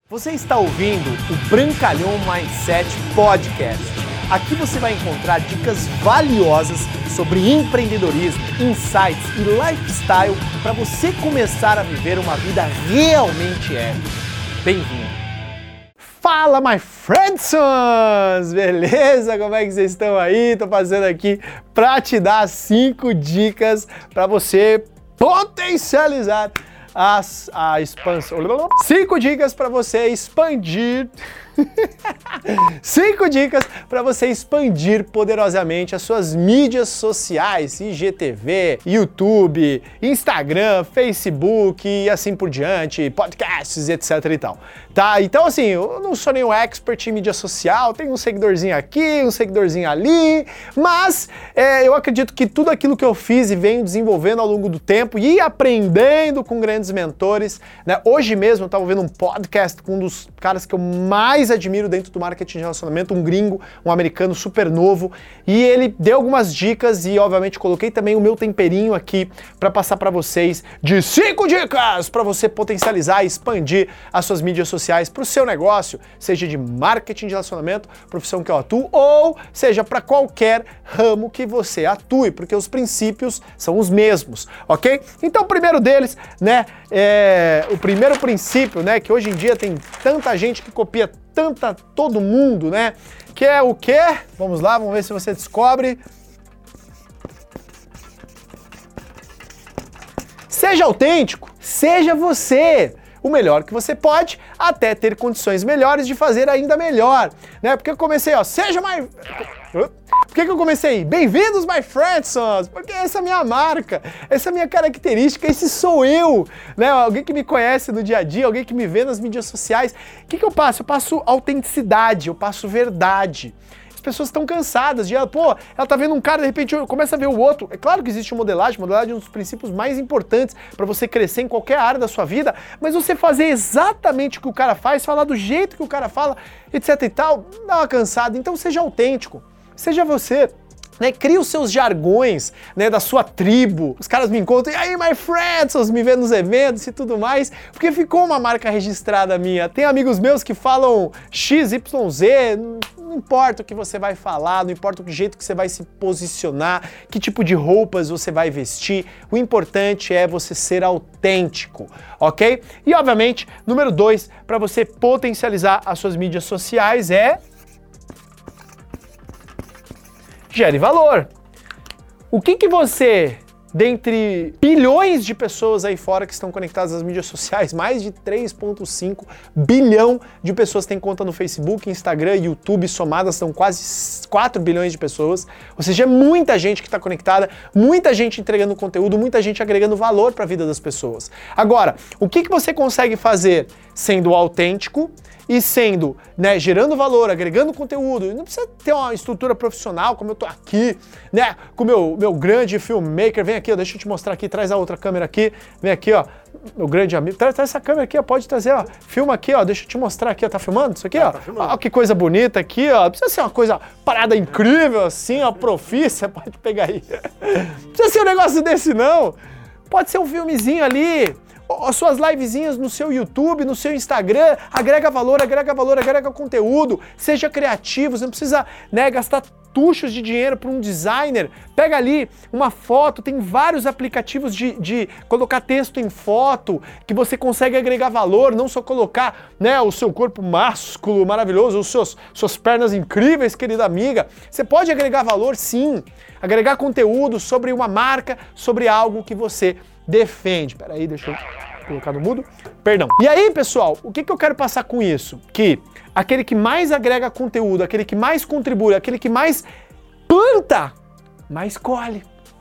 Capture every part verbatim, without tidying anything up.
Você está ouvindo o Brancalhão Mindset Podcast. Aqui você vai encontrar dicas valiosas sobre empreendedorismo, insights e lifestyle para você começar a viver uma vida realmente épica. Bem-vindo! Fala, my friendsons! Beleza? Como é que vocês estão aí? Tô passando aqui para te dar cinco dicas para você potencializar As, a expansão. Cinco dicas para você expandir. Cinco dicas para você expandir poderosamente as suas mídias sociais, I G T V, YouTube, Instagram, Facebook e assim por diante, podcasts, etc e tal. Tá? Então assim, eu não sou nenhum expert em mídia social, tenho um seguidorzinho aqui, um seguidorzinho ali, mas é, eu acredito que tudo aquilo que eu fiz e venho desenvolvendo ao longo do tempo e aprendendo com grandes mentores, né? Hoje mesmo eu estava ouvindo um podcast com um dos caras que eu mais admiro dentro do marketing de relacionamento, um gringo, um americano super novo, e ele deu algumas dicas e obviamente coloquei também o meu temperinho aqui para passar para vocês de cinco dicas para você potencializar e expandir as suas mídias sociais para o seu negócio, seja de marketing de relacionamento, profissão que eu atuo, ou seja para qualquer ramo que você atue, porque os princípios são os mesmos, ok? Então o primeiro deles, né, é o primeiro princípio, né, que hoje em dia tem tanta gente que copia tanta todo mundo, né? Que é o quê? Vamos lá, vamos ver se você descobre. Seja autêntico, seja você. O melhor que você pode, até ter condições melhores de fazer ainda melhor, né? Porque eu comecei, ó, seja mais... Por que que eu comecei? Bem-vindos, my friendsons! Porque essa é a minha marca, essa é a minha característica, esse sou eu, né? Alguém que me conhece no dia a dia, alguém que me vê nas mídias sociais. O que que eu passo? Eu passo autenticidade, eu passo verdade. As pessoas estão cansadas de, pô, ela tá vendo um cara, de repente começa a ver o outro. É claro que existe modelagem, modelagem é um dos princípios mais importantes para você crescer em qualquer área da sua vida, mas você fazer exatamente o que o cara faz, falar do jeito que o cara fala, etc e tal, dá uma cansada. Então seja autêntico, seja você. Né, cria os seus jargões, né, da sua tribo. Os caras me encontram, e aí, my friends, me vê nos eventos e tudo mais, porque ficou uma marca registrada minha. Tem amigos meus que falam X Y Z, não importa o que você vai falar, não importa o jeito que você vai se posicionar, que tipo de roupas você vai vestir, o importante é você ser autêntico, ok? E, obviamente, número dois, para você potencializar as suas mídias sociais é... gere valor. O que que você, dentre bilhões de pessoas aí fora que estão conectadas às mídias sociais, mais de três vírgula cinco bilhão de pessoas têm conta no Facebook, Instagram, YouTube, somadas são quase quatro bilhões de pessoas, ou seja, é muita gente que está conectada, muita gente entregando conteúdo, muita gente agregando valor para a vida das pessoas. Agora, o que que você consegue fazer sendo autêntico e sendo, né, gerando valor, agregando conteúdo? Não precisa ter uma estrutura profissional, como eu tô aqui, né, com o meu, meu grande filmmaker. Vem aqui, ó, deixa eu te mostrar aqui, traz a outra câmera aqui, vem aqui, ó, meu grande amigo, traz, traz essa câmera aqui, ó, pode trazer, ó, filma aqui, ó, deixa eu te mostrar aqui, ó, tá filmando isso aqui, ó? Tá filmando. Ó, que coisa bonita aqui, ó, não precisa ser uma coisa parada incrível assim, ó, profissa, pode pegar aí. Não precisa ser um negócio desse não, pode ser um filmezinho ali, as suas livezinhas no seu YouTube, no seu Instagram, agrega valor, agrega valor, agrega conteúdo, seja criativo, você não precisa, né, gastar tuchos de dinheiro para um designer. Pega ali uma foto, tem vários aplicativos de, de colocar texto em foto, que você consegue agregar valor, não só colocar, né, o seu corpo másculo maravilhoso, os seus, suas pernas incríveis, querida amiga. Você pode agregar valor, sim, agregar conteúdo sobre uma marca, sobre algo que você defende. Peraí, deixa eu colocar no mudo. Perdão. E aí, pessoal, o que que eu quero passar com isso? Que aquele que mais agrega conteúdo, aquele que mais contribui, aquele que mais planta, mais colhe.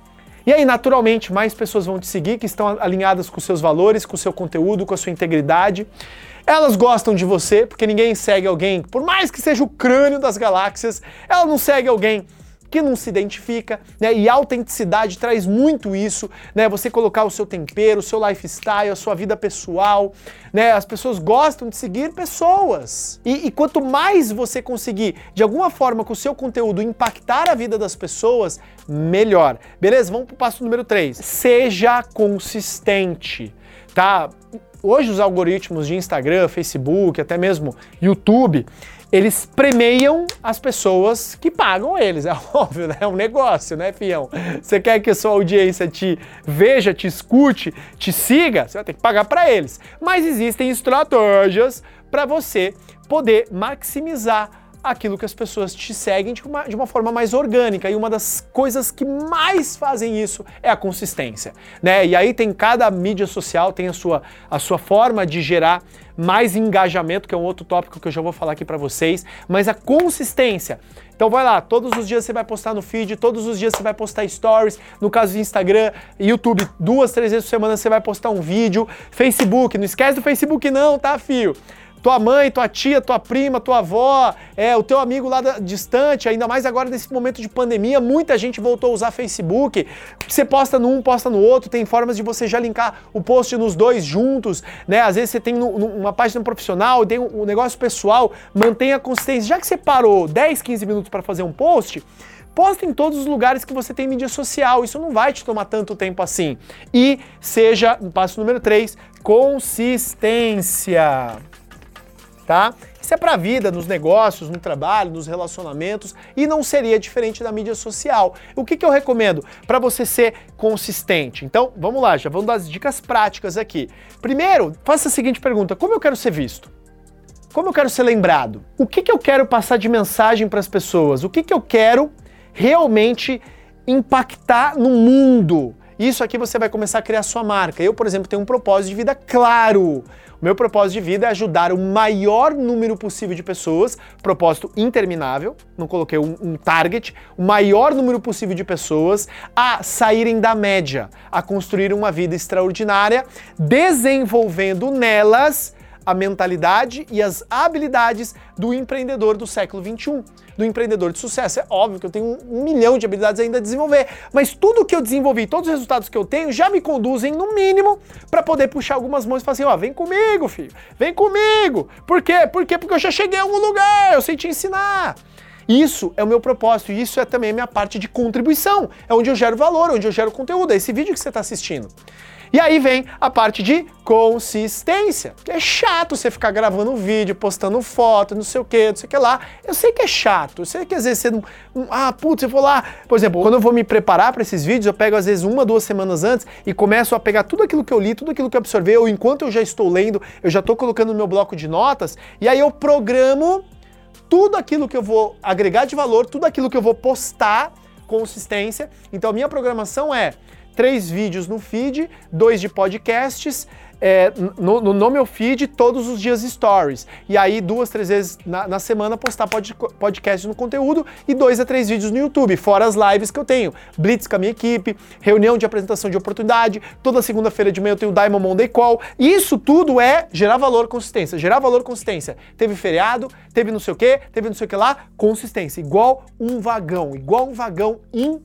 E aí, naturalmente, mais pessoas vão te seguir, que estão alinhadas com os seus valores, com o seu conteúdo, com a sua integridade. Elas gostam de você, porque ninguém segue alguém, por mais que seja o crânio das galáxias, ela não segue alguém que não se identifica, né? E a autenticidade traz muito isso, né? Você colocar o seu tempero, o seu lifestyle, a sua vida pessoal, né? As pessoas gostam de seguir pessoas. E, e quanto mais você conseguir, de alguma forma, com o seu conteúdo, impactar a vida das pessoas, melhor. Beleza? Vamos pro passo número três. Seja consistente, tá? hoje os algoritmos de Instagram, Facebook, até mesmo YouTube, eles premiam as pessoas que pagam eles, é óbvio, né? É um negócio, né, fião? Você quer que a sua audiência te veja, te escute, te siga, você vai ter que pagar para eles. Mas existem estratégias para você poder maximizar aquilo que as pessoas te seguem de uma, de uma forma mais orgânica, e uma das coisas que mais fazem isso é a consistência, né? E aí tem cada mídia social, tem a sua, a sua forma de gerar mais engajamento, que é um outro tópico que eu já vou falar aqui para vocês, mas a consistência. Então vai lá, todos os dias você vai postar no feed, todos os dias você vai postar stories, no caso de Instagram, YouTube, duas, três vezes por semana você vai postar um vídeo, Facebook, não esquece do Facebook não, tá, fio? Tua mãe, tua tia, tua prima, tua avó, é, o teu amigo lá da, distante, ainda mais agora nesse momento de pandemia, muita gente voltou a usar Facebook. Você posta num, posta no outro, tem formas de você já linkar o post nos dois juntos, né? Às vezes você tem no, no, uma página profissional, tem um, um negócio pessoal, mantenha a consistência. Já que você parou dez, quinze minutos para fazer um post, posta em todos os lugares que você tem mídia social, isso não vai te tomar tanto tempo assim. E seja, passo número três, consistência. Tá? Isso é pra vida, nos negócios, no trabalho, nos relacionamentos, e não seria diferente da mídia social. O que que eu recomendo para você ser consistente? Então, vamos lá, já vamos dar as dicas práticas aqui. Primeiro, faça a seguinte pergunta: como eu quero ser visto? Como eu quero ser lembrado? O que que eu quero passar de mensagem para as pessoas? O que que eu quero realmente impactar no mundo? Isso aqui você vai começar a criar sua marca. Eu, por exemplo, tenho um propósito de vida claro. O meu propósito de vida é ajudar o maior número possível de pessoas, propósito interminável, não coloquei um, um target, o maior número possível de pessoas a saírem da média, a construir uma vida extraordinária, desenvolvendo nelas a mentalidade e as habilidades do empreendedor do século vinte e um, do empreendedor de sucesso. É óbvio que eu tenho um, um milhão de habilidades ainda a desenvolver, mas tudo que eu desenvolvi, todos os resultados que eu tenho já me conduzem, no mínimo, para poder puxar algumas mãos e falar assim, ó, vem comigo, filho, vem comigo. Por quê? Por quê? Porque eu já cheguei a algum lugar, eu sei te ensinar. Isso é o meu propósito e isso é também a minha parte de contribuição, é onde eu gero valor, onde eu gero conteúdo, é esse vídeo que você está assistindo. E aí vem a parte de consistência, que é chato você ficar gravando vídeo, postando foto, não sei o que, não sei o que lá. Eu sei que é chato, eu sei que às vezes você não... Ah, putz, eu vou lá... Por exemplo, quando eu vou me preparar para esses vídeos, eu pego às vezes uma, duas semanas antes e começo a pegar tudo aquilo que eu li, tudo aquilo que eu observei, ou enquanto eu já estou lendo, eu já estou colocando no meu bloco de notas, e aí eu programo tudo aquilo que eu vou agregar de valor, tudo aquilo que eu vou postar, consistência. Então a minha programação é três vídeos no feed, dois de podcasts, é, no, no, no meu feed, todos os dias stories. E aí duas, três vezes na, na semana postar pod, podcast no conteúdo e dois a três vídeos no YouTube, fora as lives que eu tenho. Blitz com a minha equipe, reunião de apresentação de oportunidade, toda segunda-feira de manhã eu tenho Diamond Monday Call. Isso tudo é gerar valor, consistência. Gerar valor, consistência. Teve feriado, teve não sei o que, teve não sei o que lá, consistência. Igual um vagão, igual um vagão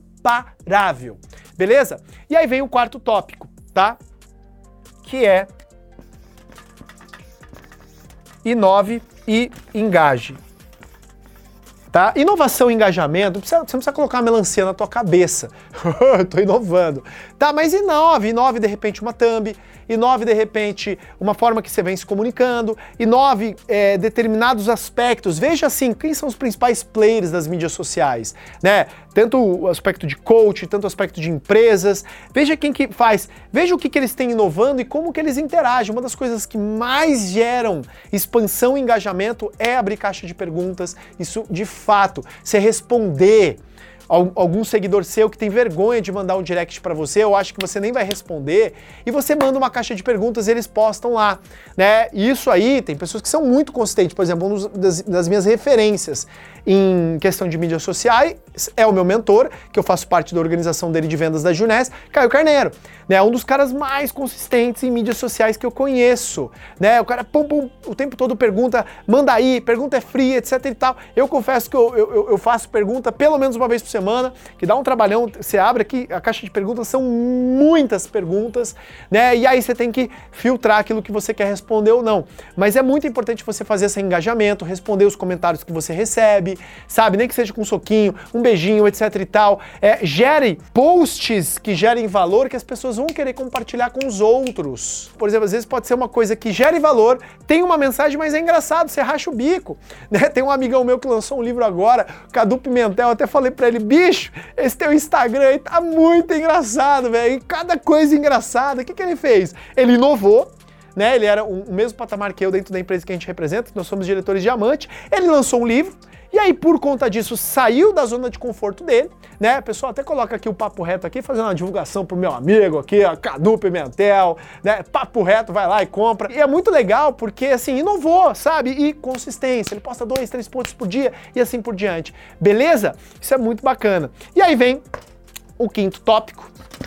imparável. Beleza? E aí vem o quarto tópico, tá? Que é inove e engaje. Tá? Inovação e engajamento, não precisa, você não precisa colocar uma melancia na tua cabeça. Eu tô inovando. Tá, mas inove, inove de repente uma thumb, inove de repente uma forma que você vem se comunicando, inove é, determinados aspectos. Veja assim, quem são os principais players das mídias sociais, né? Tanto o aspecto de coach, tanto o aspecto de empresas. Veja quem que faz, veja o que, que eles têm inovando e como que eles interagem. Uma das coisas que mais geram expansão e engajamento é abrir caixa de perguntas. Isso de fato, você responder algum seguidor seu que tem vergonha de mandar um direct para você, eu acho que você nem vai responder, e você manda uma caixa de perguntas e eles postam lá, né? E isso aí, tem pessoas que são muito consistentes, por exemplo, uma das, das minhas referências em questão de mídias sociais é o meu mentor, que eu faço parte da organização dele de vendas da Juness, Caio Carneiro, né? Um dos caras mais consistentes em mídias sociais que eu conheço, né? O cara pum, pum, o tempo todo pergunta, manda aí, pergunta é free, etc e tal. Eu confesso que eu, eu, eu faço pergunta pelo menos uma vez por semana. semana, que dá um trabalhão, você abre aqui, a caixa de perguntas são muitas perguntas, né? E aí você tem que filtrar aquilo que você quer responder ou não. Mas é muito importante você fazer esse engajamento, responder os comentários que você recebe, sabe? Nem que seja com um soquinho, um beijinho, etc e tal. É, gere posts que gerem valor que as pessoas vão querer compartilhar com os outros. Por exemplo, às vezes pode ser uma coisa que gere valor, tem uma mensagem, mas é engraçado, você racha o bico, né? Tem um amigão meu que lançou um livro agora, Cadu Pimentel, eu até falei pra ele, bicho, esse teu Instagram aí tá muito engraçado, velho, e cada coisa engraçada. O que que ele fez? Ele inovou, né? Ele era o mesmo patamar que eu dentro da empresa que a gente representa, nós somos diretores Diamante, ele lançou um livro, e aí, por conta disso, saiu da zona de conforto dele, né? O pessoal até coloca aqui o Papo Reto aqui, fazendo uma divulgação pro meu amigo aqui, ó, Cadu Pimentel, né? Papo Reto, vai lá e compra. E é muito legal porque, assim, inovou, sabe? E consistência, ele posta dois, três pontos por dia e assim por diante. Beleza? Isso é muito bacana. E aí vem o quinto tópico,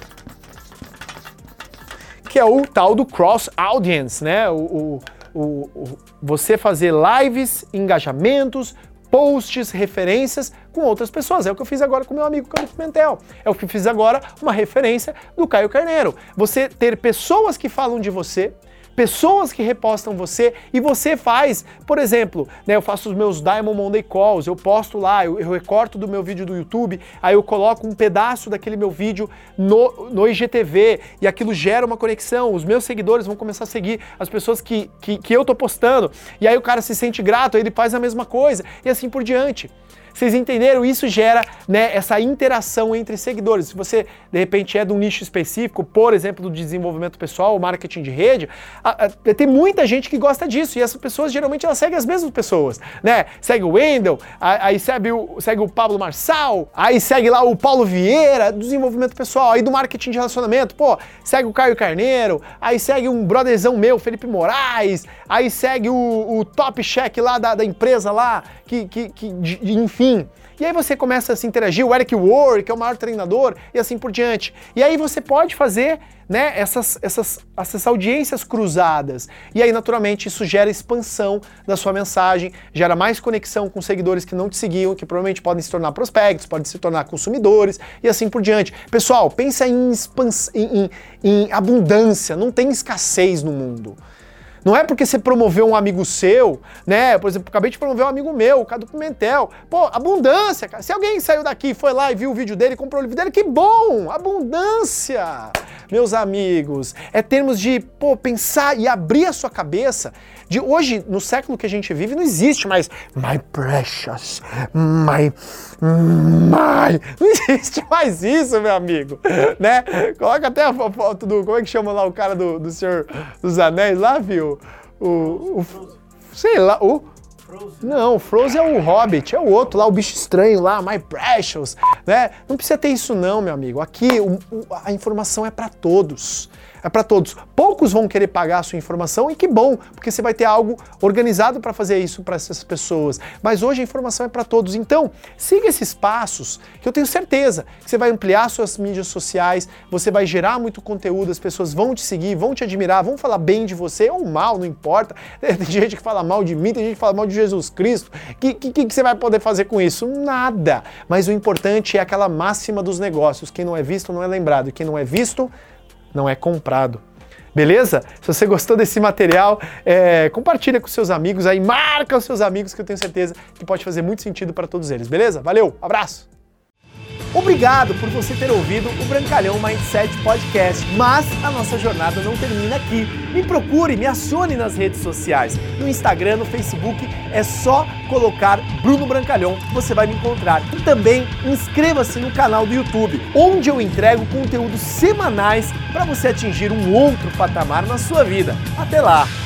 que é o tal do cross audience, né? O, o, o, o você fazer lives, engajamentos, posts, referências com outras pessoas. É o que eu fiz agora com meu amigo Cadu Pimentel. É o que eu fiz agora, uma referência do Caio Carneiro. Você ter pessoas que falam de você, pessoas que repostam você, e você faz, por exemplo, né, eu faço os meus Diamond Monday Calls, eu posto lá, eu, eu recorto do meu vídeo do YouTube, aí eu coloco um pedaço daquele meu vídeo no, no I G T V, e aquilo gera uma conexão, os meus seguidores vão começar a seguir as pessoas que, que, que eu tô postando, e aí o cara se sente grato, aí ele faz a mesma coisa, e assim por diante. Vocês entenderam? Isso gera, né, essa interação entre seguidores. Se você, de repente, é de um nicho específico, por exemplo, do desenvolvimento pessoal, marketing de rede, a, a, tem muita gente que gosta disso, e essas pessoas, geralmente, elas seguem as mesmas pessoas, né? Segue o Wendel, aí segue o, segue o Pablo Marçal, aí segue lá o Paulo Vieira, do desenvolvimento pessoal, aí do marketing de relacionamento, pô, segue o Caio Carneiro, aí segue um brotherzão meu, Felipe Moraes, aí segue o, o Top Check lá da, da empresa lá, que, que, que de, enfim, e aí você começa a se interagir, o Eric Worre, que é o maior treinador, e assim por diante. E aí você pode fazer, né, essas, essas, essas audiências cruzadas. E aí, naturalmente, isso gera expansão da sua mensagem, gera mais conexão com seguidores que não te seguiam, que provavelmente podem se tornar prospectos, podem se tornar consumidores, e assim por diante. Pessoal, pensa em, expans... em, em, em abundância, não tem escassez no mundo. Não é porque você promoveu um amigo seu, né? Por exemplo, acabei de promover um amigo meu, o Cadu Pimentel. Pô, abundância, cara. Se alguém saiu daqui, foi lá e viu o vídeo dele, comprou o livro dele, que bom! Abundância! Meus amigos, é termos de, pô, pensar e abrir a sua cabeça. De hoje, no século que a gente vive, não existe mais my precious, my, my... Não existe mais isso, meu amigo, né? Coloca até a foto do... Como é que chama lá o cara do, do Senhor dos Anéis lá, viu? O... o sei lá, o... Não, o Frozen é o Hobbit, é o outro lá, o bicho estranho lá, My Precious, né? Não precisa ter isso não, meu amigo. Aqui o, o, a informação é para todos. É para todos. Poucos vão querer pagar a sua informação e que bom, porque você vai ter algo organizado para fazer isso para essas pessoas. Mas hoje a informação é para todos. Então, siga esses passos, que eu tenho certeza que você vai ampliar suas mídias sociais, você vai gerar muito conteúdo, as pessoas vão te seguir, vão te admirar, vão falar bem de você ou mal, não importa. Tem gente que fala mal de mim, tem gente que fala mal de Jesus Cristo. O que, que, que você vai poder fazer com isso? Nada. Mas o importante é aquela máxima dos negócios. Quem não é visto não é lembrado. E quem não é visto não é comprado. Beleza? Se você gostou desse material, é, compartilha com seus amigos aí, marca os seus amigos que eu tenho certeza que pode fazer muito sentido para todos eles. Beleza? Valeu, abraço! Obrigado por você ter ouvido o Brancalhão Mindset Podcast, mas a nossa jornada não termina aqui. Me procure, me acione nas redes sociais. No Instagram, no Facebook, é só colocar Bruno Brancalhão, você vai me encontrar. E também inscreva-se no canal do YouTube, onde eu entrego conteúdos semanais para você atingir um outro patamar na sua vida. Até lá!